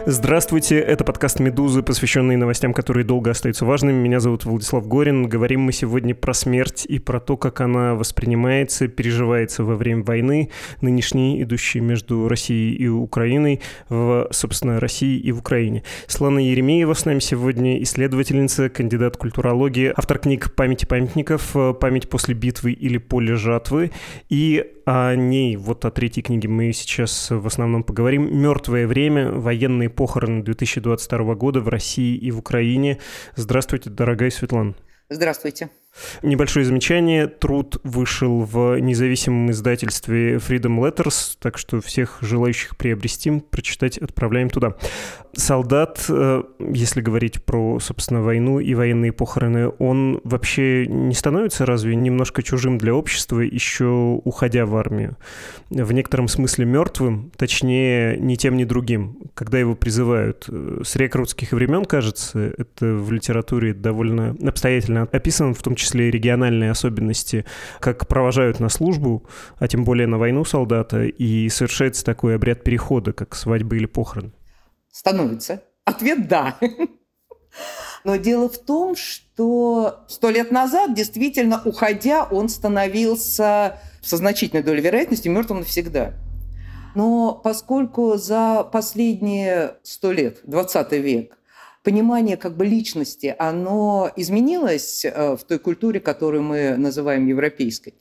Здравствуйте, это подкаст «Медузы», посвященный новостям, которые долго остаются важными. Меня зовут Владислав Горин. Говорим мы сегодня про смерть и про то, как она воспринимается, переживается во время войны, нынешней, идущей между Россией и Украиной, собственно, России и в Украине. Светлана Еремеева с нами сегодня, исследовательница, кандидат культурологии, автор книг «Память памятников», «Память после битвы» или «Поле жатвы». И о ней, вот о третьей книге мы сейчас в основном поговорим. «Мертвое время. Военные похороны 2022 года в России и в Украине». Здравствуйте, дорогая Светлана. Здравствуйте. Небольшое замечание. Труд вышел в независимом издательстве Freedom Letters, так что всех желающих приобрести, прочитать отправляем туда. Солдат, если говорить про, собственно, войну и военные похороны, он вообще не становится разве немножко чужим для общества, еще уходя в армию? В некотором смысле мертвым, точнее, ни тем, ни другим, когда его призывают. С рекрутских времен, кажется, это в литературе довольно обстоятельно описано, в том числе и региональные особенности, как провожают на службу, а тем более на войну солдата, и совершается такой обряд перехода, как свадьба или похорон. Становится. Ответ – да. Но дело в том, что 100 лет назад, действительно, уходя, он становился со значительной долей вероятности мертвым навсегда. Но поскольку за последние 100 лет, 20 век, понимание личности, оно изменилось в той культуре, которую мы называем европейской,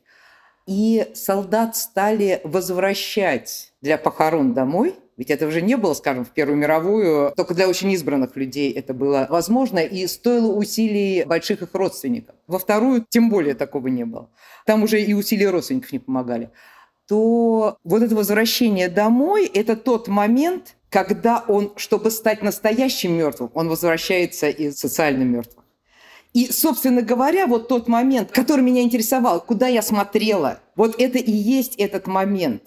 и солдат стали возвращать для похорон домой. Ведь это уже не было, скажем, в Первую мировую, только для очень избранных людей это было возможно, и стоило усилий больших их родственников. Во Вторую тем более такого не было. Там уже и усилия родственников не помогали. То вот это возвращение домой – это тот момент, когда он, чтобы стать настоящим мертвым, он возвращается из социально мертвых. И, собственно говоря, вот тот момент, который меня интересовал, куда я смотрела, вот это и есть этот момент.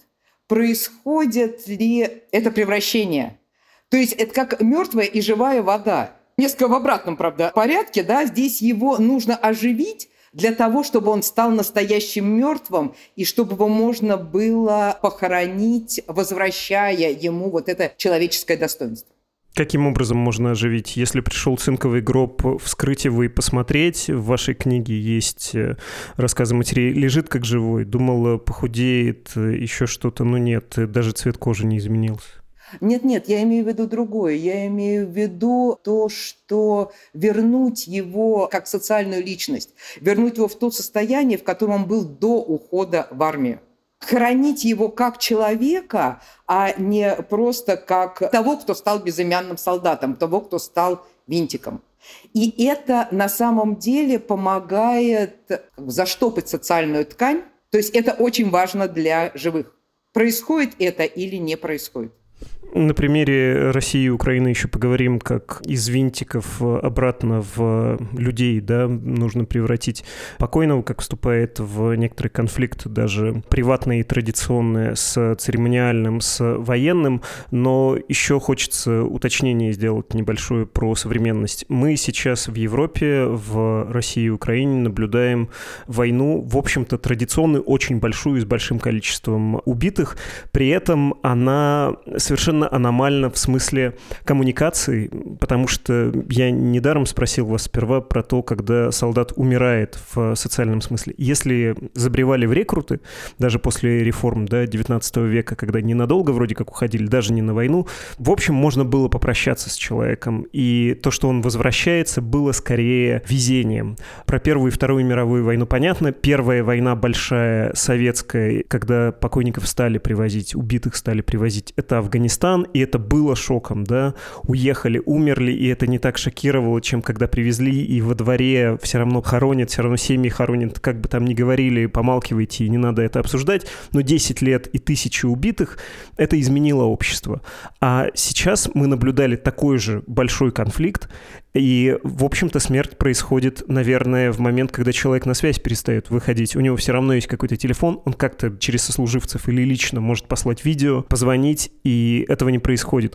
Происходит ли это превращение? То есть это как мертвая и живая вода. Несколько в обратном, правда, порядке, да, здесь его нужно оживить для того, чтобы он стал настоящим мертвым и чтобы его можно было похоронить, возвращая ему вот это человеческое достоинство. Каким образом можно оживить? Если пришел цинковый гроб, вскрыть его и посмотреть, в вашей книге есть рассказы матерей, лежит как живой, думала, похудеет, еще что-то, но нет, даже цвет кожи не изменился. Нет, я имею в виду другое. Я имею в виду то, что вернуть его как социальную личность, вернуть его в то состояние, в котором он был до ухода в армию. Хранить его как человека, а не просто как того, кто стал безымянным солдатом, того, кто стал винтиком. И это на самом деле помогает заштопать социальную ткань. То есть это очень важно для живых. Происходит это или не происходит? На примере России и Украины еще поговорим, как из винтиков обратно в людей, да, нужно превратить покойного, как вступает в некоторый конфликт, даже приватный и традиционный, с церемониальным, с военным, но еще хочется уточнение сделать небольшое про современность. Мы сейчас в Европе, в России и Украине наблюдаем войну, в общем-то, традиционную, очень большую, с большим количеством убитых, при этом она совершенно аномально в смысле коммуникации, потому что я недаром спросил вас сперва про то, когда солдат умирает в социальном смысле. Если забревали в рекруты, даже после реформ, да, 19 века, когда ненадолго вроде как уходили, даже не на войну, в общем, можно было попрощаться с человеком, и то, что он возвращается, было скорее везением. Про Первую и Вторую мировую войну понятно. Первая война большая, советская, когда покойников стали привозить, убитых стали привозить, это Афганистан, и это было шоком, да, уехали, умерли, и это не так шокировало, чем когда привезли, и во дворе все равно хоронят, все равно семьи хоронят, как бы там ни говорили, помалкивайте, и не надо это обсуждать, но 10 лет и 1000 убитых, это изменило общество. А сейчас мы наблюдали такой же большой конфликт, и, в общем-то, смерть происходит, наверное, в момент, когда человек на связь перестает выходить. У него все равно есть какой-то телефон, он как-то через сослуживцев или лично может послать видео, позвонить, и этого не происходит.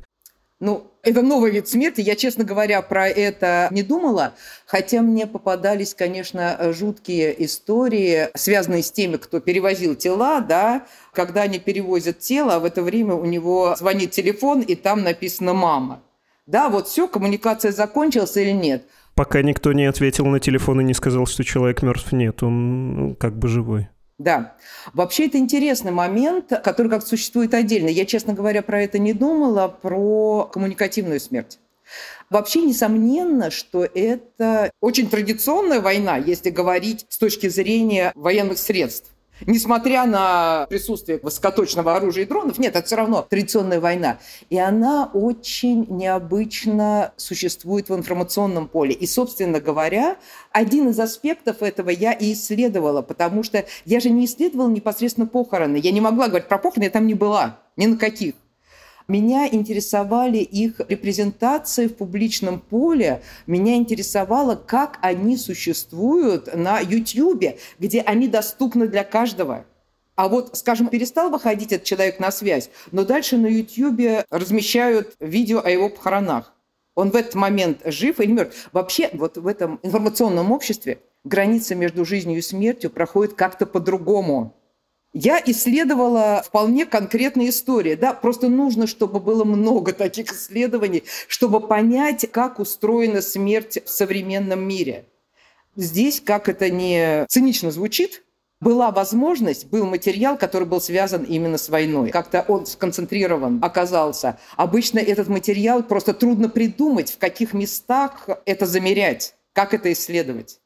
Это новый вид смерти. Я, честно говоря, про это не думала, хотя мне попадались, конечно, жуткие истории, связанные с теми, кто перевозил тела, да, когда они перевозят тело, а в это время у него звонит телефон, и там написано «мама». Да, вот все, коммуникация закончилась или нет. Пока никто не ответил на телефон и не сказал, что человек мертв, нет, он как бы живой. Да. Вообще это интересный момент, который как существует отдельно. Я, честно говоря, про это не думала, про коммуникативную смерть. Вообще, несомненно, что это очень традиционная война, если говорить с точки зрения военных средств. Несмотря на присутствие высокоточного оружия и дронов, нет, это все равно традиционная война. И она очень необычно существует в информационном поле. И, собственно говоря, один из аспектов этого я и исследовала, потому что я же не исследовала непосредственно похороны. Я не могла говорить про похороны, я там не была, ни на каких. Меня интересовали их репрезентации в публичном поле, меня интересовало, как они существуют на YouTube, где они доступны для каждого. А вот, скажем, перестал выходить этот человек на связь, но дальше на YouTube размещают видео о его похоронах. Он в этот момент жив или мертв. Вообще, вот в этом информационном обществе граница между жизнью и смертью проходит как-то по-другому. Я исследовала вполне конкретные истории. Да? Просто нужно, чтобы было много таких исследований, чтобы понять, как устроена смерть в современном мире. Здесь, как это не цинично звучит, была возможность, был материал, который был связан именно с войной. Как-то он сконцентрирован оказался. Обычно этот материал просто трудно придумать, в каких местах это замерять, как это исследовать.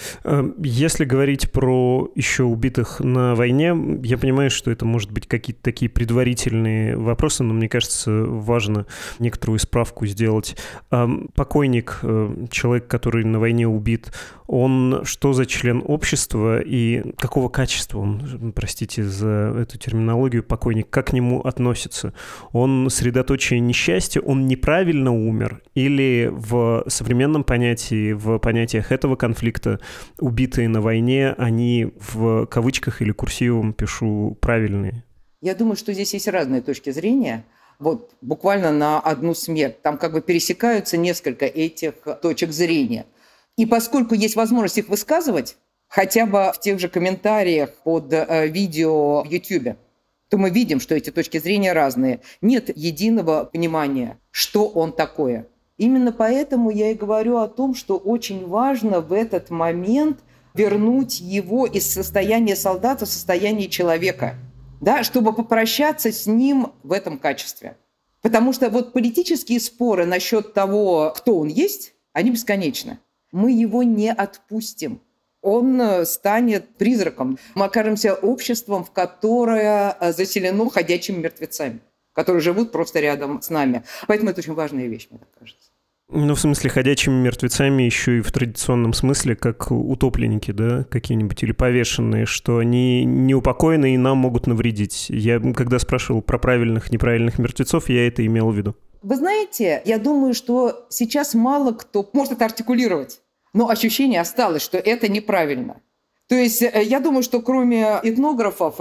Если говорить про еще убитых на войне, я понимаю, что это может быть какие-то такие предварительные вопросы, но мне кажется, важно некоторую справку сделать. Покойник, человек, который на войне убит, он что за член общества и какого качества он, простите за эту терминологию, покойник, как к нему относится? Он средоточие несчастья, он неправильно умер? Или в современном понятии, в понятиях этого конфликта убитые на войне, они в кавычках или курсивом пишу правильные? Я думаю, что здесь есть разные точки зрения. Вот буквально на одну смерть. Там как бы пересекаются несколько этих точек зрения. И поскольку есть возможность их высказывать, хотя бы в тех же комментариях под видео в YouTube, то мы видим, что эти точки зрения разные. Нет единого понимания, что он такое. Именно поэтому я и говорю о том, что очень важно в этот момент вернуть его из состояния солдата в состояние человека, да, чтобы попрощаться с ним в этом качестве. Потому что вот политические споры насчет того, кто он есть, они бесконечны. Мы его не отпустим. Он станет призраком. Мы окажемся обществом, в которое заселено ходячими мертвецами, которые живут просто рядом с нами. Поэтому это очень важная вещь, мне так кажется. Ну, в смысле, ходячими мертвецами еще и в традиционном смысле, как утопленники, да, какие-нибудь, или повешенные, что они неупокоены и нам могут навредить. Я, когда спрашивал про правильных, неправильных мертвецов, я это имел в виду. Вы знаете, я думаю, что сейчас мало кто может это артикулировать, но ощущение осталось, что это неправильно. То есть я думаю, что кроме этнографов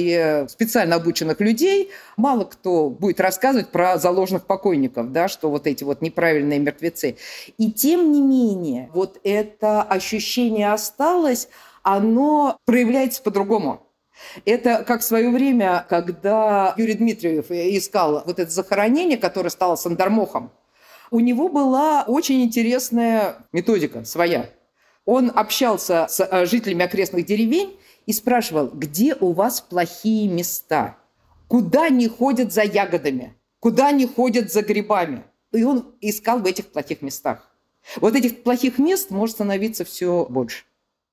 и специально обученных людей, мало кто будет рассказывать про заложенных покойников, да, что вот эти вот неправильные мертвецы. И тем не менее, вот это ощущение осталось, оно проявляется по-другому. Это как в свое время, когда Юрий Дмитриев искал вот это захоронение, которое стало Сандармохом, у него была очень интересная методика своя. Он общался с жителями окрестных деревень и спрашивал, где у вас плохие места, куда не ходят за ягодами, куда не ходят за грибами. И он искал в этих плохих местах. Вот этих плохих мест может становиться все больше.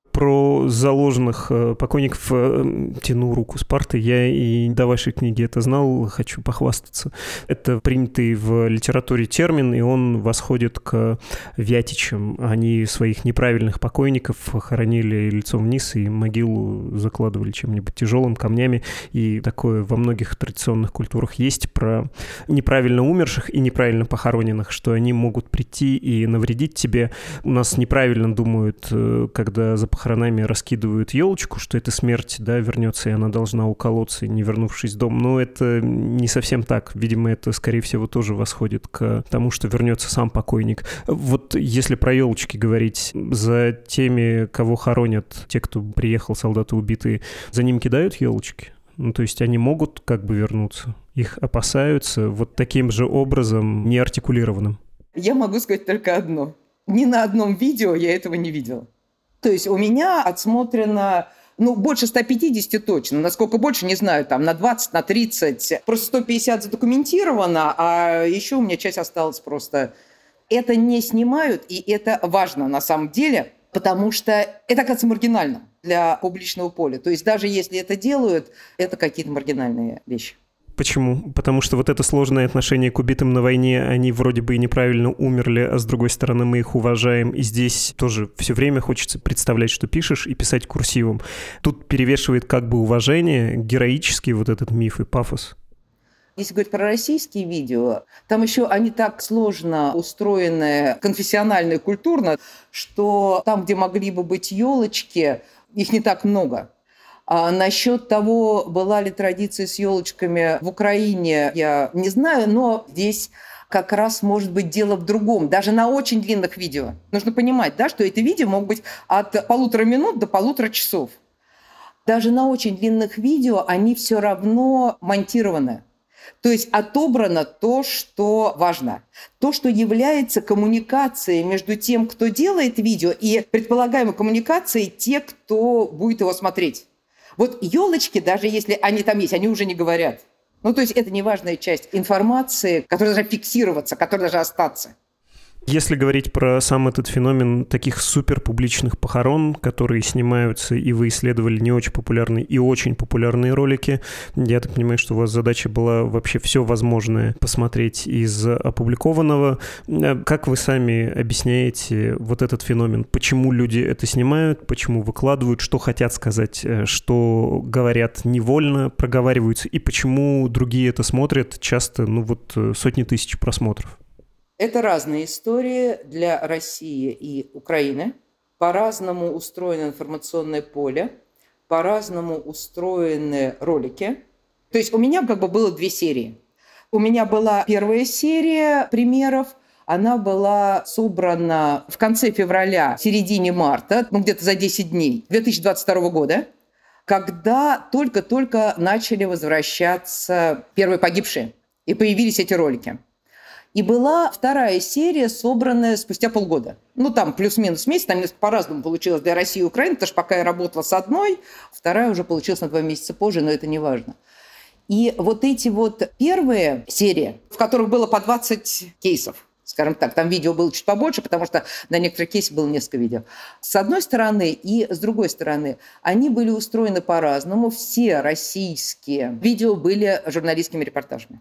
Про заложенных покойников тяну руку с парты. Я и до вашей книги это знал, хочу похвастаться. Это принятый в литературе термин, и он восходит к вятичам. Они своих неправильных покойников хоронили лицом вниз и могилу закладывали чем-нибудь тяжелым, камнями. И такое во многих традиционных культурах есть про неправильно умерших и неправильно похороненных, что они могут прийти и навредить тебе. У нас неправильно думают, когда за похоронами раскидывают елочку, что это смерть, да, вернется, и она должна уколоться, не вернувшись в дом. Но это не совсем так. Видимо, это, скорее всего, тоже восходит к тому, что вернется сам покойник. Вот если про елочки говорить, за теми, кого хоронят, те, кто приехал, солдаты убитые, за ним кидают елочки? Ну, то есть они могут как бы вернуться? Их опасаются вот таким же образом неартикулированным? Я могу сказать только одно. Ни на одном видео я этого не видела. То есть у меня отсмотрено, больше 150 точно. Насколько больше, не знаю, там на 20, на 30. Просто 150 задокументировано, а еще у меня часть осталась просто. Это не снимают, и это важно на самом деле, потому что это, кажется, маргинально для публичного поля. То есть даже если это делают, это какие-то маргинальные вещи. Почему? Потому что вот это сложное отношение к убитым на войне, они вроде бы и неправильно умерли, а с другой стороны мы их уважаем. И здесь тоже все время хочется представлять, что пишешь, и писать курсивом. Тут перевешивает как бы уважение, героический вот этот миф и пафос. Если говорить про российские видео, там еще они так сложно устроены конфессионально и культурно, что там, где могли бы быть елочки, их не так много. А насчет того, была ли традиция с елочками в Украине, я не знаю, но здесь как раз может быть дело в другом. Даже на очень длинных видео. Нужно понимать, да, что эти видео могут быть от 1,5 минут до 1,5 часов. Даже на очень длинных видео они все равно монтированы. То есть отобрано то, что важно. То, что является коммуникацией между тем, кто делает видео, и предполагаемой коммуникацией тех, кто будет его смотреть. Вот елочки, даже если они там есть, они уже не говорят. То есть это неважная часть информации, которая должна фиксироваться, которая должна остаться. Если говорить про сам этот феномен таких суперпубличных похорон, которые снимаются, и вы исследовали не очень популярные и очень популярные ролики, я так понимаю, что у вас задача была вообще все возможное посмотреть из опубликованного. Как вы сами объясняете вот этот феномен? Почему люди это снимают, почему выкладывают, что хотят сказать, что говорят невольно, проговариваются, и почему другие это смотрят часто, сотни тысяч просмотров? Это разные истории для России и Украины. По-разному устроено информационное поле, по-разному устроены ролики. То есть у меня было 2 серии. У меня была первая серия примеров. Она была собрана в конце февраля, в середине марта, где-то за 10 дней 2022 года, когда только-только начали возвращаться первые погибшие. И появились эти ролики. И была вторая серия, собранная спустя полгода. Там плюс-минус месяц, там по-разному получилось для России и Украины, потому что пока я работала с одной, вторая уже получилась на 2 месяца позже, но это не важно. И вот эти первые серии, в которых было по 20 кейсов, скажем так, там видео было чуть побольше, потому что на некоторых кейсах было несколько видео. С одной стороны и с другой стороны, они были устроены по-разному. Все российские видео были журналистскими репортажами.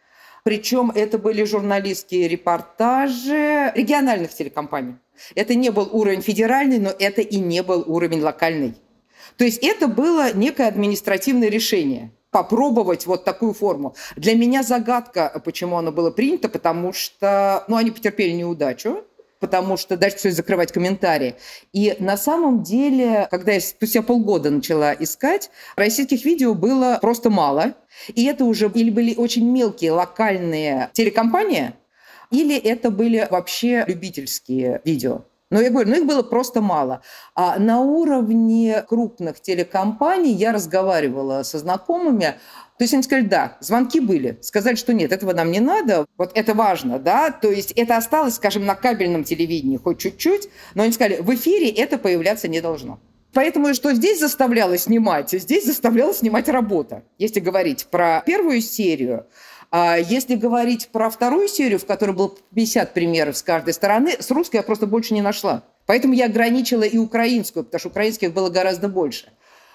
Причем это были журналистские репортажи региональных телекомпаний. Это не был уровень федеральный, но это и не был уровень локальный. То есть это было некое административное решение. Попробовать вот такую форму. Для меня загадка, почему оно было принято, потому что они потерпели неудачу, потому что дальше все закрывать комментарии. И на самом деле, когда я спустя полгода начала искать, российских видео было просто мало. И это уже или были очень мелкие локальные телекомпании, или это были вообще любительские видео. Но я говорю, их было просто мало. А на уровне крупных телекомпаний я разговаривала со знакомыми. То есть они сказали, да, звонки были. Сказали, что нет, этого нам не надо. Вот это важно, да. То есть это осталось, скажем, на кабельном телевидении хоть чуть-чуть. Но они сказали, в эфире это появляться не должно. Поэтому что здесь заставляло снимать? Здесь заставляла снимать работа. Если говорить про первую серию, если говорить про вторую серию, в которой было 50 примеров с каждой стороны, с русской я просто больше не нашла. Поэтому я ограничила и украинскую, потому что украинских было гораздо больше.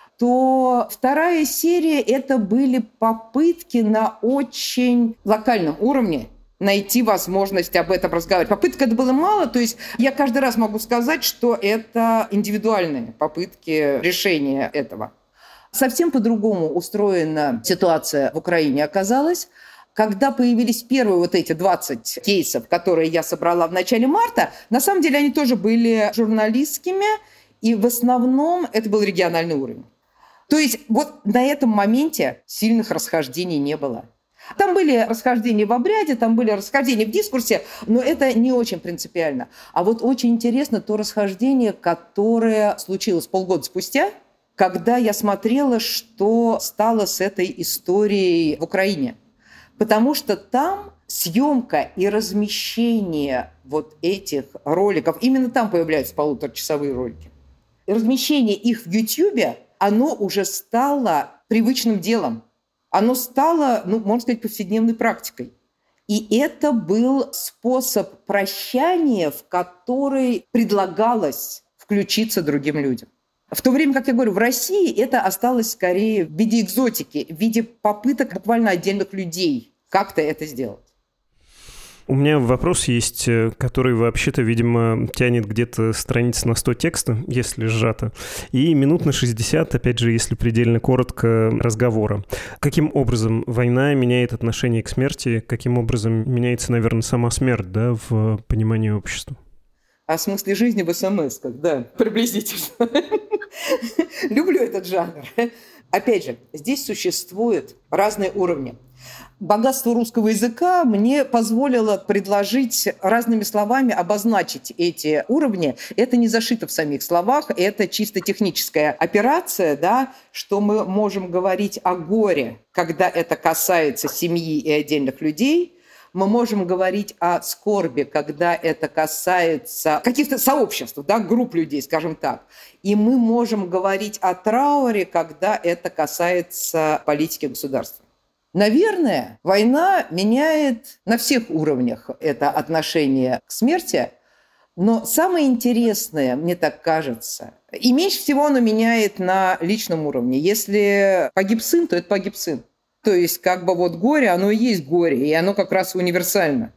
То вторая серия – это были попытки на очень локальном уровне найти возможность об этом разговаривать. Попыток это было мало, то есть я каждый раз могу сказать, что это индивидуальные попытки решения этого. Совсем по-другому устроена ситуация в Украине оказалась. Когда появились первые эти 20 кейсов, которые я собрала в начале марта, на самом деле они тоже были журналистскими, и в основном это был региональный уровень. То есть на этом моменте сильных расхождений не было. Там были расхождения в обряде, там были расхождения в дискурсе, но это не очень принципиально. А очень интересно то расхождение, которое случилось полгода спустя, когда я смотрела, что стало с этой историей в Украине. Потому что там съемка и размещение вот этих роликов, именно там появляются полуторачасовые ролики, размещение их в YouTube, оно уже стало привычным делом. Оно стало, можно сказать, повседневной практикой. И это был способ прощания, в который предлагалось включиться другим людям. В то время, как я говорю, в России это осталось скорее в виде экзотики, в виде попыток буквально отдельных людей как-то это сделать. У меня вопрос есть, который вообще-то, видимо, тянет где-то страниц на 100 текста, если сжато, и минут на 60, опять же, если предельно коротко, разговора. Каким образом война меняет отношение к смерти? Каким образом меняется, наверное, сама смерть, да, в понимании общества? О смысле жизни в СМС-ках, да, приблизительно. Люблю этот жанр. Опять же, здесь существуют разные уровни. Богатство русского языка мне позволило предложить разными словами обозначить эти уровни. Это не зашито в самих словах, это чисто техническая операция, да, что мы можем говорить о горе, когда это касается семьи и отдельных людей. Мы можем говорить о скорби, когда это касается каких-то сообществ, да, групп людей, скажем так. И мы можем говорить о трауре, когда это касается политики государства. Наверное, война меняет на всех уровнях это отношение к смерти, но самое интересное, мне так кажется, и меньше всего оно меняет на личном уровне. Если погиб сын, то это погиб сын. То есть горе, оно и есть горе, и оно как раз универсально.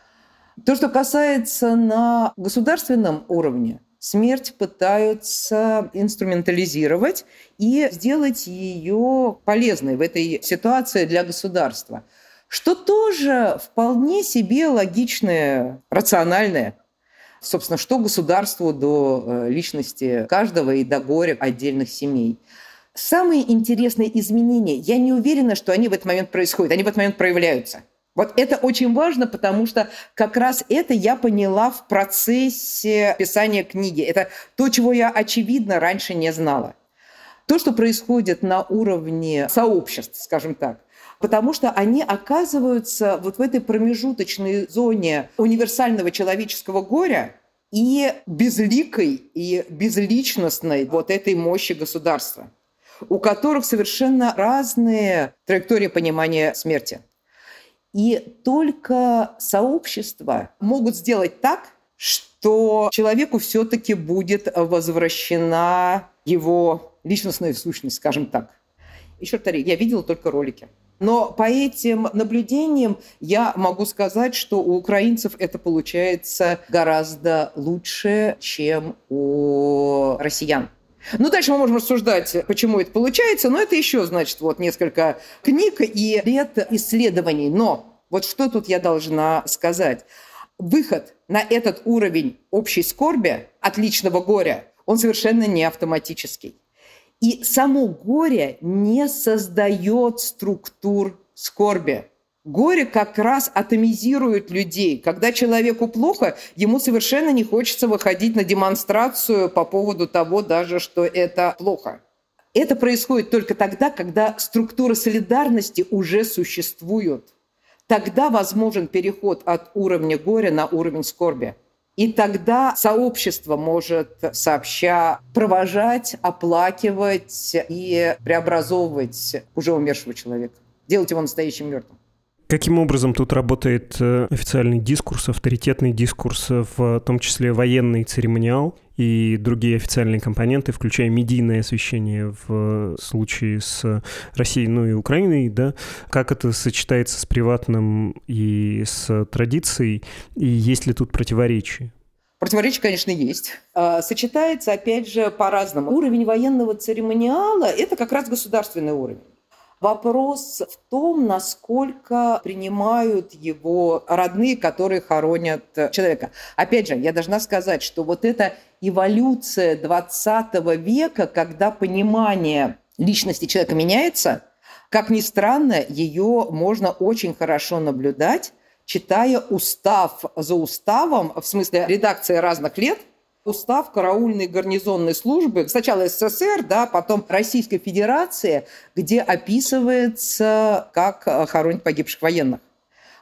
То, что касается на государственном уровне, смерть пытаются инструментализировать и сделать ее полезной в этой ситуации для государства, что тоже вполне себе логичное, рациональное. Собственно, что государству до личности каждого и до горя отдельных семей. Самые интересные изменения, я не уверена, что они в этот момент происходят, они в этот момент проявляются. Вот это очень важно, потому что как раз это я поняла в процессе писания книги. Это то, чего я, очевидно, раньше не знала. То, что происходит на уровне сообществ, скажем так, потому что они оказываются вот в этой промежуточной зоне универсального человеческого горя и безликой, и безличностной вот этой мощи государства, у которых совершенно разные траектории понимания смерти. И только сообщества могут сделать так, что человеку все-таки будет возвращена его личностная сущность, скажем так. Еще раз, я видела только ролики. Но по этим наблюдениям я могу сказать, что у украинцев это получается гораздо лучше, чем у россиян. Дальше мы можем рассуждать, почему это получается, но это еще, значит, несколько книг и лет исследований. Но вот что тут я должна сказать. Выход на этот уровень общей скорби от личного горя, он совершенно не автоматический. И само горе не создает структур скорби. Горе как раз атомизирует людей. Когда человеку плохо, ему совершенно не хочется выходить на демонстрацию по поводу того даже, что это плохо. Это происходит только тогда, когда структуры солидарности уже существуют. Тогда возможен переход от уровня горя на уровень скорби. И тогда сообщество может сообща провожать, оплакивать и преобразовывать уже умершего человека, делать его настоящим мертвым. Каким образом тут работает официальный дискурс, авторитетный дискурс, в том числе военный церемониал и другие официальные компоненты, включая медийное освещение в случае с Россией, и Украиной, да? Как это сочетается с приватным и с традицией, и есть ли тут противоречия? Противоречия, конечно, есть. Сочетается, опять же, по-разному. Уровень военного церемониала – это как раз государственный уровень. Вопрос в том, насколько принимают его родные, которые хоронят человека. Опять же, я должна сказать, что вот эта эволюция 20 века, когда понимание личности человека меняется, как ни странно, ее можно очень хорошо наблюдать, читая устав за уставом, в смысле редакции разных лет, устав караульной гарнизонной службы, сначала СССР, да, потом Российской Федерации, где описывается, как хоронят погибших военных.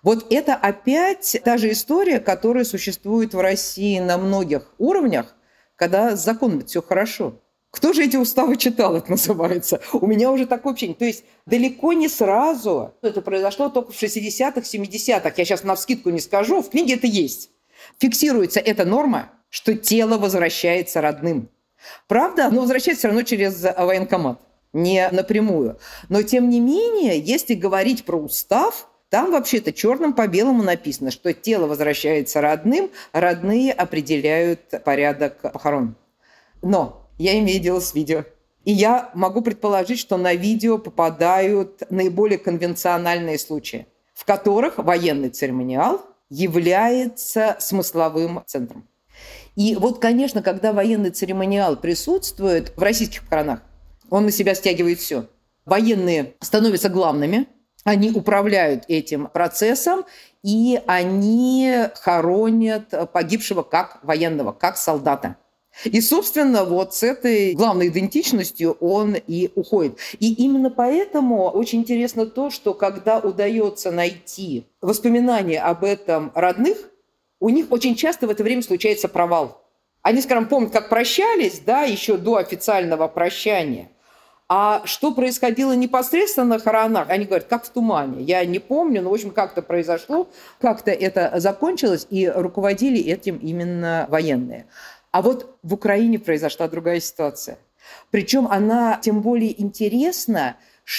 Вот это опять та же история, которая существует в России на многих уровнях, когда с законом все хорошо. Кто же эти уставы читал, это называется? У меня уже такое ощущение. То есть далеко не сразу. Это произошло только в 60-х, 70-х. Я сейчас навскидку не скажу, в книге это есть. Фиксируется эта норма, что тело возвращается родным. Правда, оно возвращается все равно через военкомат, не напрямую. Но тем не менее, если говорить про устав, там вообще-то черным по белому написано, что тело возвращается родным, родные определяют порядок похорон. Но я имею дело с видео. И я могу предположить, что на видео попадают наиболее конвенциональные случаи, в которых военный церемониал является смысловым центром. И вот, конечно, когда военный церемониал присутствует в российских похоронах, он на себя стягивает все. Военные становятся главными, они управляют этим процессом, и они хоронят погибшего как военного, как солдата. И, собственно, вот с этой главной идентичностью он и уходит. И именно поэтому очень интересно то, что когда удается найти воспоминания об этом родных, у них очень часто в это время случается провал. Они, скажем, помнят, как прощались, да, еще до официального прощания. А что происходило непосредственно на хоронах, они говорят, как в тумане. Я не помню, но, в общем, как-то произошло, как-то это закончилось, и руководили этим именно военные. А вот в Украине произошла другая ситуация. Причем она тем более интересна,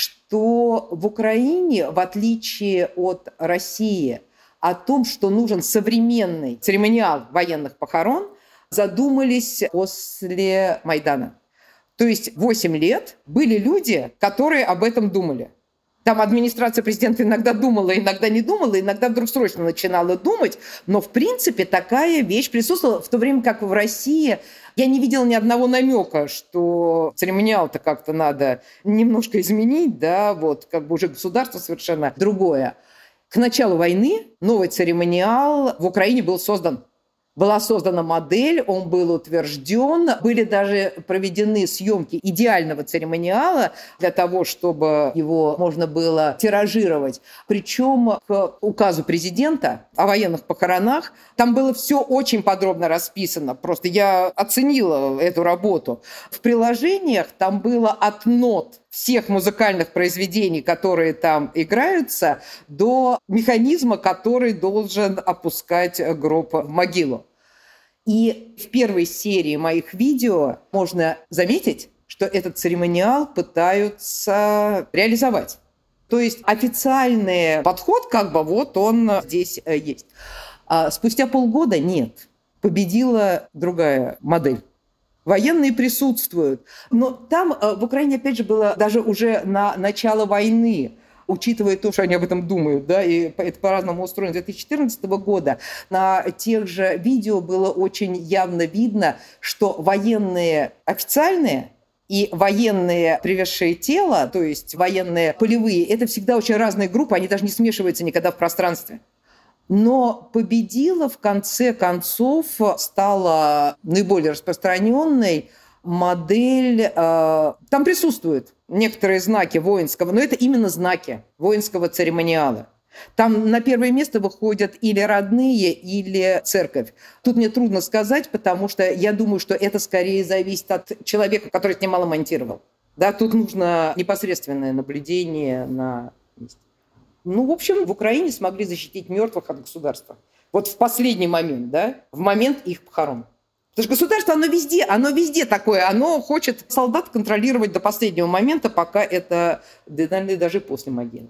что в Украине, в отличие от России, о том, что нужен современный церемониал военных похорон, задумались после Майдана. То есть 8 лет были люди, которые об этом думали. Там администрация президента иногда думала, иногда не думала, иногда вдруг срочно начинала думать. Но, в принципе, такая вещь присутствовала, в то время как в России я не видела ни одного намека, что церемониал-то как-то надо немножко изменить, да, вот, как бы уже государство совершенно другое. К началу войны новый церемониал в Украине был создан. Была создана модель, он был утвержден, были даже проведены съемки идеального церемониала для того, чтобы его можно было тиражировать. Причем к указу президента о военных похоронах там было все очень подробно расписано. Просто я оценила эту работу. В приложениях там было от нот всех музыкальных произведений, которые там играются, до механизма, который должен опускать гроб в могилу. И в первой серии моих видео можно заметить, что этот церемониал пытаются реализовать. То есть официальный подход, как бы вот он здесь есть. А спустя полгода нет. Победила другая модель. Военные присутствуют. Но там в Украине, опять же, было даже уже на начало войны, учитывая то, что они об этом думают, да, и это по-разному устроено, 2014 года, на тех же видео было очень явно видно, что военные официальные и военные, привезшие тело, то есть военные полевые, это всегда очень разные группы, они даже не смешиваются никогда в пространстве. Но победила, в конце концов, стала наиболее распространенной модель, там присутствуют некоторые знаки воинского, но это именно знаки воинского церемониала. Там на первое место выходят или родные, или церковь. Тут мне трудно сказать, потому что я думаю, что это скорее зависит от человека, который снимал и монтировал. Да, тут нужно непосредственное наблюдение на месте. Ну, в общем, в Украине смогли защитить мертвых от государства. Вот в последний момент, да, в момент их похорон. Потому что государство, оно везде такое, оно хочет солдат контролировать до последнего момента, пока это, даже после могилы.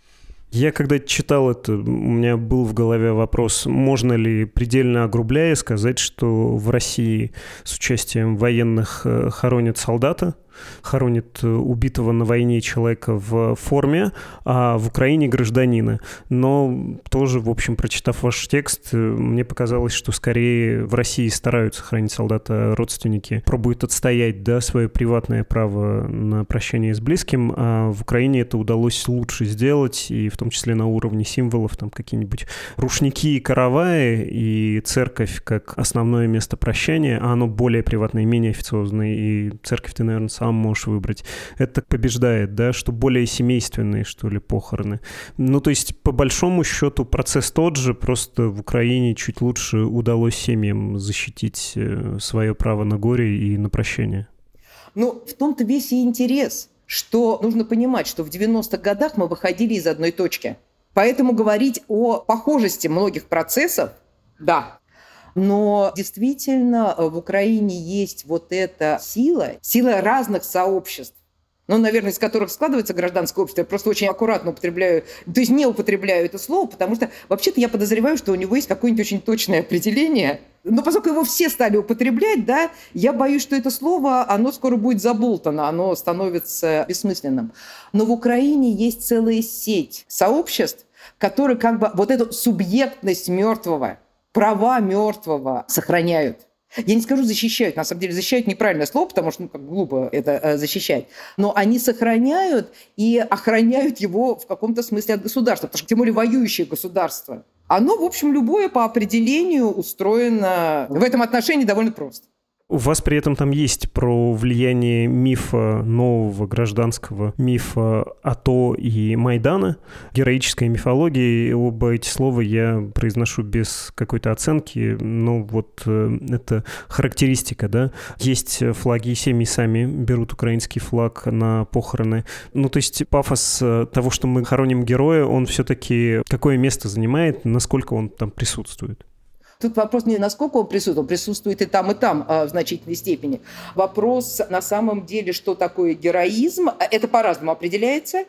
Я когда читал это, у меня был в голове вопрос, можно ли предельно огрубляя сказать, что в России с участием военных хоронят солдата, хоронит убитого на войне человека в форме, а в Украине гражданина. Но тоже, в общем, прочитав ваш текст, мне показалось, что скорее в России стараются хоронить солдата родственники, пробуют отстоять, да, свое приватное право на прощание с близким, а в Украине это удалось лучше сделать, и в том числе на уровне символов, там какие-нибудь рушники и караваи, и церковь как основное место прощания, а оно более приватное, менее официозное, и церковь-то, наверное, сам можешь выбрать. Это побеждает, да, что более семейственные, что ли, похороны. Ну, то есть, по большому счету, процесс тот же, просто в Украине чуть лучше удалось семьям защитить свое право на горе и на прощение. Ну, в том-то весь и интерес, что нужно понимать, что в 90-х годах мы выходили из одной точки. Поэтому говорить о похожести многих процессов, да. Но действительно в Украине есть вот эта сила разных сообществ, ну, наверное, из которых складывается гражданское общество. Я просто очень аккуратно употребляю, то есть не употребляю это слово, потому что вообще-то я подозреваю, что у него есть какое-нибудь очень точное определение. Но поскольку его все стали употреблять, да, я боюсь, что это слово, оно скоро будет заболтано, оно становится бессмысленным. Но в Украине есть целая сеть сообществ, которые как бы вот эту субъектность мертвого, права мертвого сохраняют. Я не скажу защищают, на самом деле защищают неправильное слово, потому что как глупо это защищать. Но они сохраняют и охраняют его в каком-то смысле от государства, потому что тем более воюющее государство. Оно, в общем, любое по определению устроено в этом отношении довольно просто. У вас при этом там есть про влияние мифа, нового гражданского мифа АТО и Майдана, героической мифологии. Оба эти слова я произношу без какой-то оценки, но вот это характеристика, да. Есть флаги, и семьи сами берут украинский флаг на похороны. Ну, то есть пафос того, что мы хороним героя, он все-таки какое место занимает, насколько он там присутствует? Тут вопрос не насколько он присутствует и там в значительной степени. Вопрос на самом деле, что такое героизм, это по-разному определяется.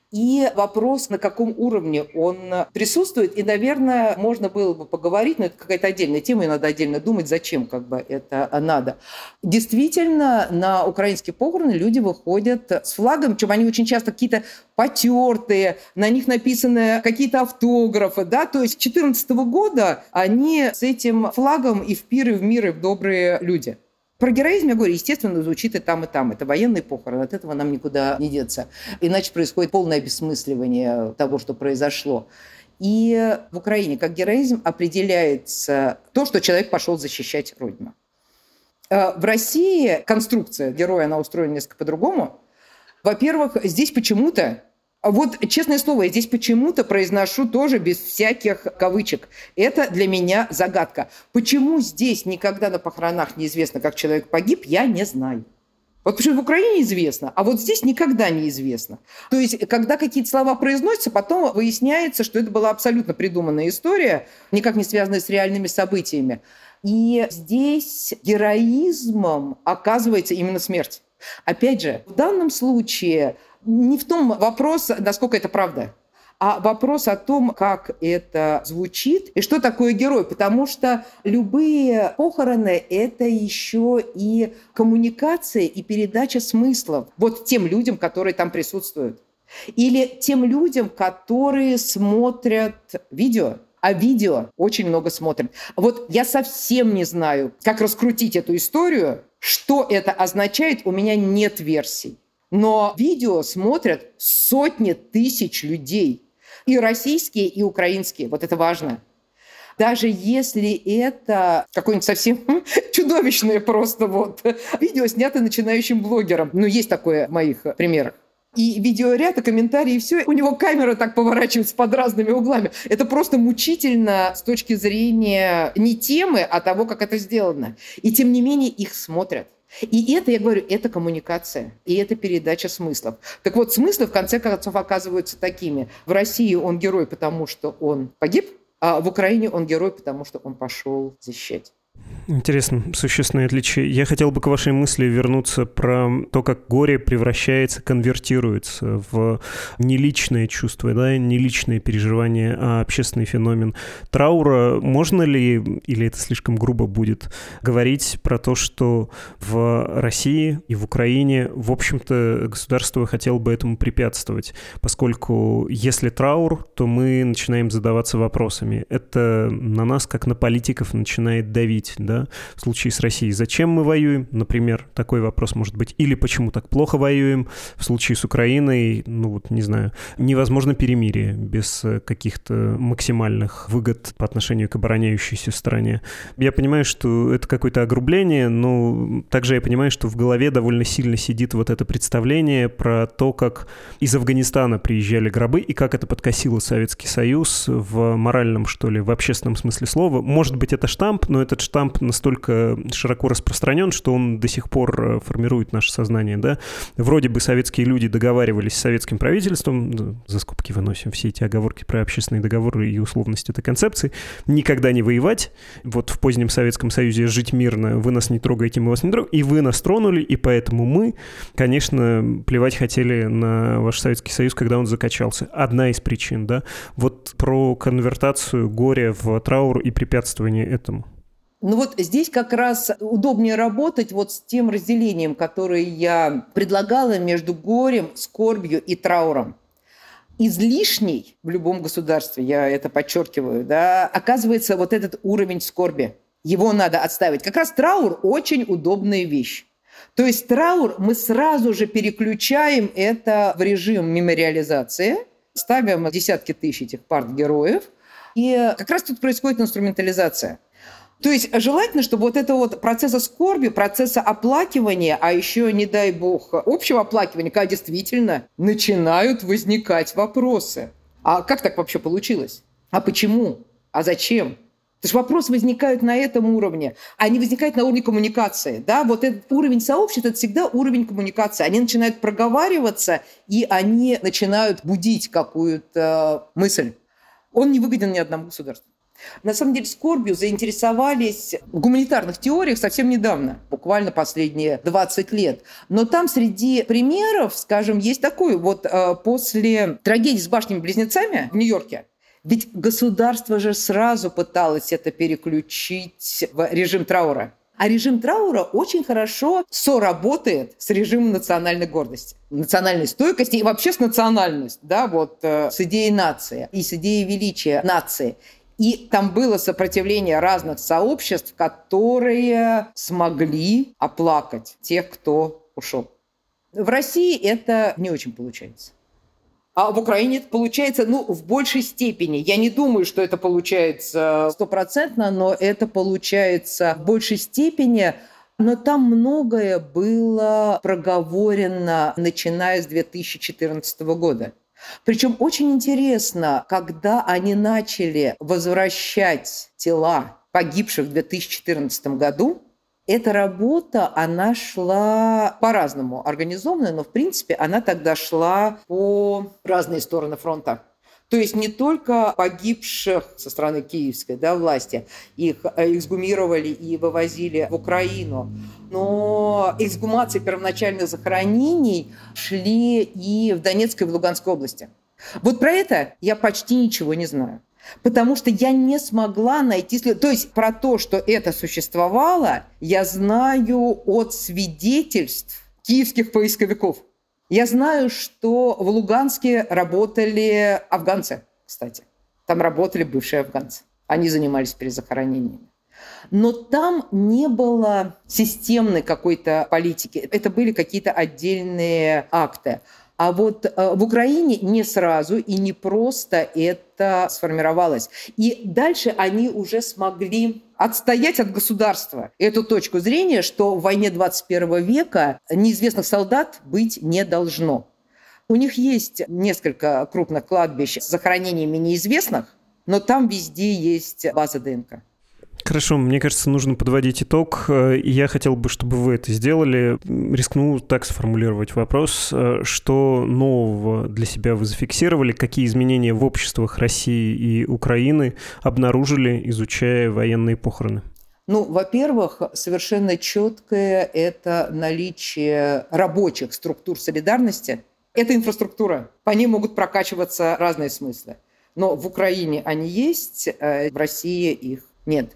И вопрос, на каком уровне он присутствует. И, наверное, можно было бы поговорить, но это какая-то отдельная тема, и надо отдельно думать, зачем как бы это надо. Действительно, на украинские похороны люди выходят с флагом, причем они очень часто какие-то потертые, на них написаны какие-то автографы. Да? То есть с 2014 года они с этим флагом и в пир, и в мир, и в добрые люди. Про героизм я говорю, естественно, звучит и там, и там. Это военный похорон, от этого нам никуда не деться. Иначе происходит полное обесмысливание того, что произошло. И в Украине как героизм определяется то, что человек пошел защищать Родину. В России конструкция героя, она устроена несколько по-другому. Во-первых, здесь почему-то, вот, честное слово, я здесь почему-то произношу тоже без всяких кавычек. Это для меня загадка. Почему здесь никогда на похоронах неизвестно, как человек погиб, я не знаю. Вот почему в Украине известно, а вот здесь никогда неизвестно. То есть, когда какие-то слова произносятся, потом выясняется, что это была абсолютно придуманная история, никак не связанная с реальными событиями. И здесь героизмом оказывается именно смерть. Опять же, в данном случае не в том вопрос, насколько это правда, а вопрос о том, как это звучит и что такое герой. Потому что любые похороны – это еще и коммуникация и передача смыслов вот тем людям, которые там присутствуют. Или тем людям, которые смотрят видео. А видео очень много смотрят. Вот я совсем не знаю, как раскрутить эту историю, что это означает, у меня нет версий. Но видео смотрят сотни тысяч людей. И российские, и украинские. Вот это важно. Даже если это какое-нибудь совсем чудовищное просто вот видео, снято начинающим блогером. Ну, есть такое в моих примерах. И видеоряд, и комментарии, и все. У него камера так поворачивается под разными углами. Это просто мучительно с точки зрения не темы, а того, как это сделано. И тем не менее их смотрят. И это, я говорю, это коммуникация, и это передача смыслов. Так вот, смыслы, в конце концов, оказываются такими. В России он герой, потому что он погиб, а в Украине он герой, потому что он пошел защищать. Интересно, существенное отличие. Я хотел бы к вашей мысли вернуться про то, как горе превращается, конвертируется в неличное чувство, да, неличное переживание, а общественный феномен траура. Можно ли, или это слишком грубо будет, говорить про то, что в России и в Украине, в общем-то, государство хотело бы этому препятствовать, поскольку если траур, то мы начинаем задаваться вопросами. Это на нас, как на политиков, начинает давить, да? да, в случае с Россией. Зачем мы воюем, например, такой вопрос может быть. Или почему так плохо воюем. В случае с Украиной, ну вот, не знаю, невозможно перемирие без каких-то максимальных выгод по отношению к обороняющейся стороне. Я понимаю, что это какое-то огрубление, но также я понимаю, что в голове довольно сильно сидит вот это представление про то, как из Афганистана приезжали гробы и как это подкосило Советский Союз в моральном, что ли, в общественном смысле слова. Может быть, это штамп, но этот штамп настолько широко распространен, что он до сих пор формирует наше сознание, да. Вроде бы советские люди договаривались с советским правительством, за скобки выносим все эти оговорки про общественные договоры и условность этой концепции, никогда не воевать, вот в позднем Советском Союзе жить мирно, вы нас не трогаете, мы вас не трогаем, и вы нас тронули, и поэтому мы, конечно, плевать хотели на ваш Советский Союз, когда он закачался. Одна из причин, да. Вот про конвертацию горя в траур и препятствование этому. Ну вот здесь как раз удобнее работать вот с тем разделением, которое я предлагала между горем, скорбью и трауром. Излишний в любом государстве, я это подчеркиваю, да, оказывается вот этот уровень скорби. Его надо отставить. Как раз траур – очень удобная вещь. То есть траур мы сразу же переключаем это в режим мемориализации, ставим десятки тысяч этих партгероев, и как раз тут происходит инструментализация. То есть желательно, чтобы вот это вот процесса скорби, процесса оплакивания, а еще, не дай бог, общего оплакивания, когда действительно начинают возникать вопросы. А как так вообще получилось? А почему? А зачем? То есть вопросы возникают на этом уровне, они возникают на уровне коммуникации. Да? Вот этот уровень сообщества – это всегда уровень коммуникации. Они начинают проговариваться, и они начинают будить какую-то мысль. Он не выгоден ни одному государству. На самом деле скорбью заинтересовались в гуманитарных теориях совсем недавно, буквально последние 20 лет. Но там среди примеров, скажем, есть такой вот после трагедии с башнями-близнецами в Нью-Йорке, ведь государство же сразу пыталось это переключить в режим траура. А режим траура очень хорошо соработает с режимом национальной гордости, национальной стойкости и вообще с национальностью, да, вот, с идеей нации и с идеей величия нации. И там было сопротивление разных сообществ, которые смогли оплакать тех, кто ушел. В России это не очень получается. А в Украине это получается, в большей степени. Я не думаю, что это получается 100%, но это получается в большей степени. Но там многое было проговорено, начиная с 2014 года. Причем очень интересно, когда они начали возвращать тела погибших в 2014 году, эта работа, она шла по-разному организованная, но в принципе она тогда шла по разные стороны фронта. То есть не только погибших со стороны киевской власти, их эксгумировали и вывозили в Украину, но эксгумации первоначальных захоронений шли и в Донецкой и в Луганской области. Вот про это я почти ничего не знаю. Потому что я не смогла найти след. То есть про то, что это существовало, я знаю от свидетельств киевских поисковиков. Я знаю, что в Луганске работали афганцы, кстати. Там работали бывшие афганцы. Они занимались перезахоронениями. Но там не было системной какой-то политики. Это были какие-то отдельные акты. А вот в Украине не сразу и не просто это сформировалось. И дальше они уже смогли отстоять от государства эту точку зрения, что в войне 21 века неизвестных солдат быть не должно. У них есть несколько крупных кладбищ с захоронениями неизвестных, но там везде есть база ДНК. Хорошо, мне кажется, нужно подводить итог, и я хотел бы, чтобы вы это сделали. Рискну так сформулировать вопрос, что нового для себя вы зафиксировали, какие изменения в обществах России и Украины обнаружили, изучая военные похороны? Во-первых, совершенно четкое это наличие рабочих структур солидарности. Это инфраструктура, по ней могут прокачиваться разные смыслы. Но в Украине они есть, в России их нет.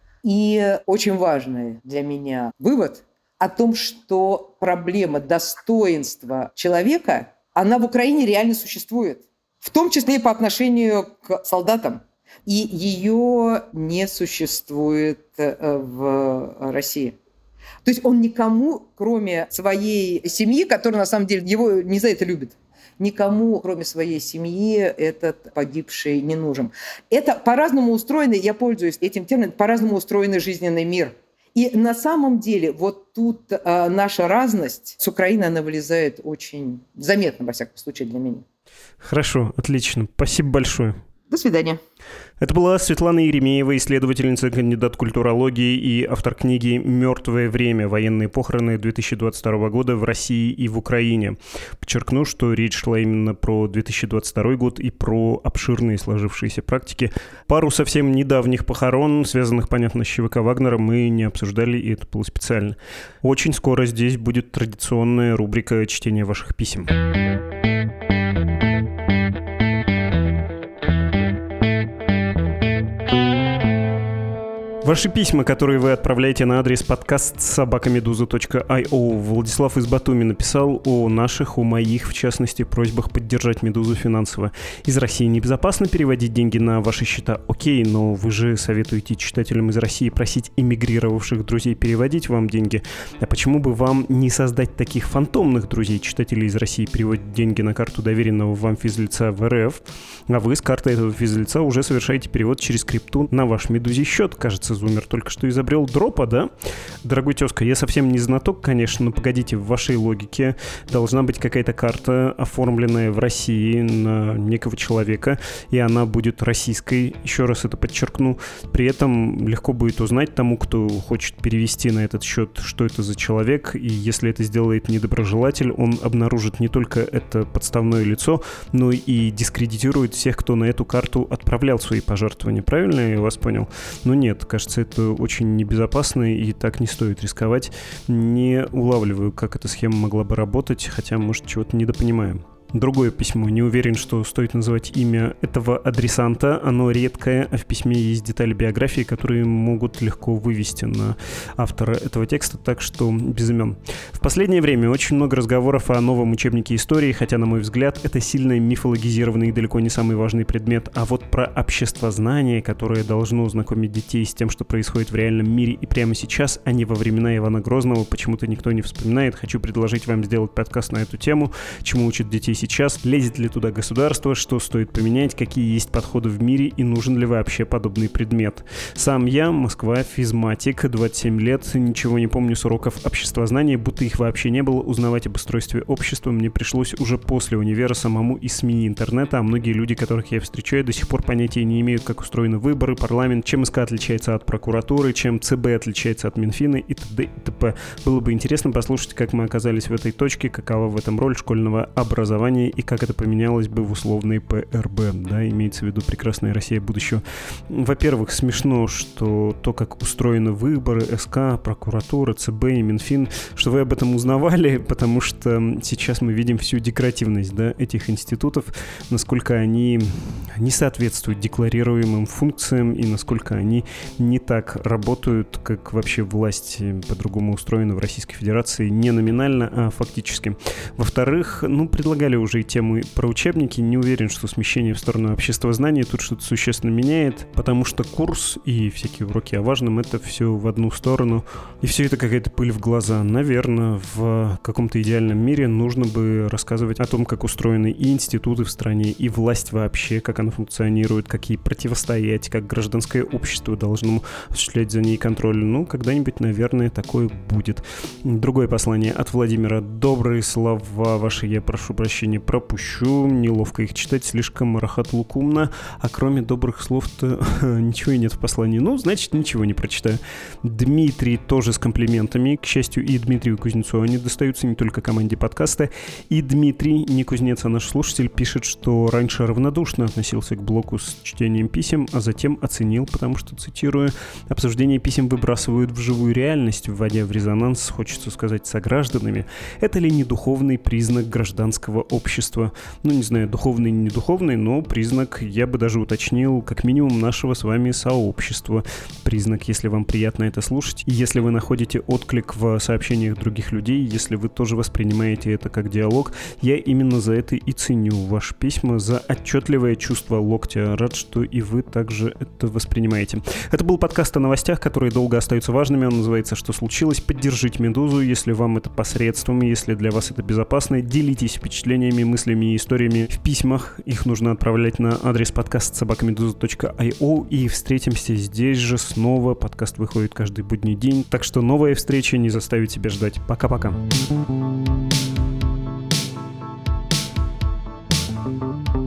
И очень важный для меня вывод о том, что проблема достоинства человека, она в Украине реально существует. В том числе и по отношению к солдатам. И ее не существует в России. То есть он никому, кроме своей семьи, которая на самом деле его не за это любит, никому, кроме своей семьи, этот погибший не нужен. Это по-разному устроенный, я пользуюсь этим термином, по-разному устроенный жизненный мир. И на самом деле вот тут наша разность с Украиной, она вылезает очень заметно, во всяком случае, для меня. Хорошо, отлично. Спасибо большое. До свидания. Это была Светлана Еремеева, исследовательница, кандидат культурологии и автор книги «Мертвое время. Военные похороны 2022 года в России и в Украине». Подчеркну, что речь шла именно про 2022 год и про обширные сложившиеся практики. Пару совсем недавних похорон, связанных, понятно, с ЧВК Вагнера, мы не обсуждали, и это было специально. Очень скоро здесь будет традиционная рубрика «Чтение ваших писем». Ваши письма, которые вы отправляете на адрес podcast@meduza.io. Владислав из Батуми написал о наших, о моих, в частности, просьбах поддержать «Медузу» финансово. Из России небезопасно переводить деньги на ваши счета? Окей, но вы же советуете читателям из России просить эмигрировавших друзей переводить вам деньги. А почему бы вам не создать таких фантомных друзей? Читатели из России переводят деньги на карту доверенного вам физлица в РФ, а вы с карты этого физлица уже совершаете перевод через крипту на ваш «Медузе» счет. Кажется, Зумер только что изобрел дропа, да? Дорогой тезка, я совсем не знаток, конечно, но погодите, в вашей логике должна быть какая-то карта, оформленная в России на некого человека, и она будет российской, еще раз это подчеркну. При этом легко будет узнать тому, кто хочет перевести на этот счет, что это за человек, и если это сделает недоброжелатель, он обнаружит не только это подставное лицо, но и дискредитирует всех, кто на эту карту отправлял свои пожертвования. Правильно я вас понял? Но нет, кажется, это очень небезопасно, и так не стоит рисковать. Не улавливаю, как эта схема могла бы работать, хотя, может, чего-то недопонимаем. Другое письмо. Не уверен, что стоит называть имя этого адресанта. Оно редкое, а в письме есть детали биографии, которые могут легко вывести на автора этого текста, так что без имен. В последнее время очень много разговоров о новом учебнике истории, хотя, на мой взгляд, это сильно мифологизированный и далеко не самый важный предмет. А вот про обществознание, которое должно знакомить детей с тем, что происходит в реальном мире и прямо сейчас, а не во времена Ивана Грозного, почему-то никто не вспоминает. Хочу предложить вам сделать подкаст на эту тему, чему учат детей сейчас, лезет ли туда государство, что стоит поменять, какие есть подходы в мире и нужен ли вообще подобный предмет. Сам я, Москва, физматик, 27 лет, ничего не помню с уроков обществознания, будто их вообще не было. Узнавать об устройстве общества мне пришлось уже после универа самому из СМИ интернета, а многие люди, которых я встречаю, до сих пор понятия не имеют, как устроены выборы, парламент, чем СК отличается от прокуратуры, чем ЦБ отличается от Минфина и т.д. и т.п. Было бы интересно послушать, как мы оказались в этой точке, какова в этом роль школьного образования и как это поменялось бы в условной ПРБ, да, имеется в виду прекрасная Россия будущего. Во-первых, смешно, что то, как устроены выборы, СК, прокуратура, ЦБ и Минфин, что вы об этом узнавали, потому что сейчас мы видим всю декоративность, да, этих институтов, насколько они не соответствуют декларируемым функциям и насколько они не так работают, как вообще власть по-другому устроена в Российской Федерации, не номинально, а фактически. Во-вторых, предлагали уже и тему про учебники. Не уверен, что смещение в сторону обществознания тут что-то существенно меняет, потому что курс и всякие уроки о важном — это все в одну сторону. И все это какая-то пыль в глаза. Наверное, в каком-то идеальном мире нужно бы рассказывать о том, как устроены и институты в стране, и власть вообще, как она функционирует, как ей противостоять, как гражданское общество должно осуществлять за ней контроль. Когда-нибудь, наверное, такое будет. Другое послание от Владимира. Добрые слова ваши, я прошу прощения, пропущу, неловко их читать, слишком рахат-лукумно, а кроме добрых слов-то ничего и нет в послании. Значит, ничего не прочитаю. Дмитрий тоже с комплиментами. К счастью, и Дмитрию Кузнецову они достаются, не только команде подкаста. И Дмитрий, не кузнец, а наш слушатель, пишет, что раньше равнодушно относился к блоку с чтением писем, а затем оценил, потому что, цитирую, обсуждение писем выбрасывают в живую реальность, вводя в резонанс, хочется сказать, согражданами. Это ли не духовный признак гражданского сообщества. Не знаю, духовный, не духовный, но признак, я бы даже уточнил, как минимум нашего с вами сообщества. Признак, если вам приятно это слушать, если вы находите отклик в сообщениях других людей, если вы тоже воспринимаете это как диалог, я именно за это и ценю ваши письма, за отчетливое чувство локтя. Рад, что и вы также это воспринимаете. Это был подкаст о новостях, которые долго остаются важными. Он называется «Что случилось?». Поддержите «Медузу», если вам это посредством, если для вас это безопасно. Делитесь впечатлениями, мыслями и историями в письмах. Их нужно отправлять на адрес podcast@meduza.io. И встретимся здесь же снова. Подкаст выходит каждый будний день. Так что новая встреча не заставит себя ждать. Пока-пока.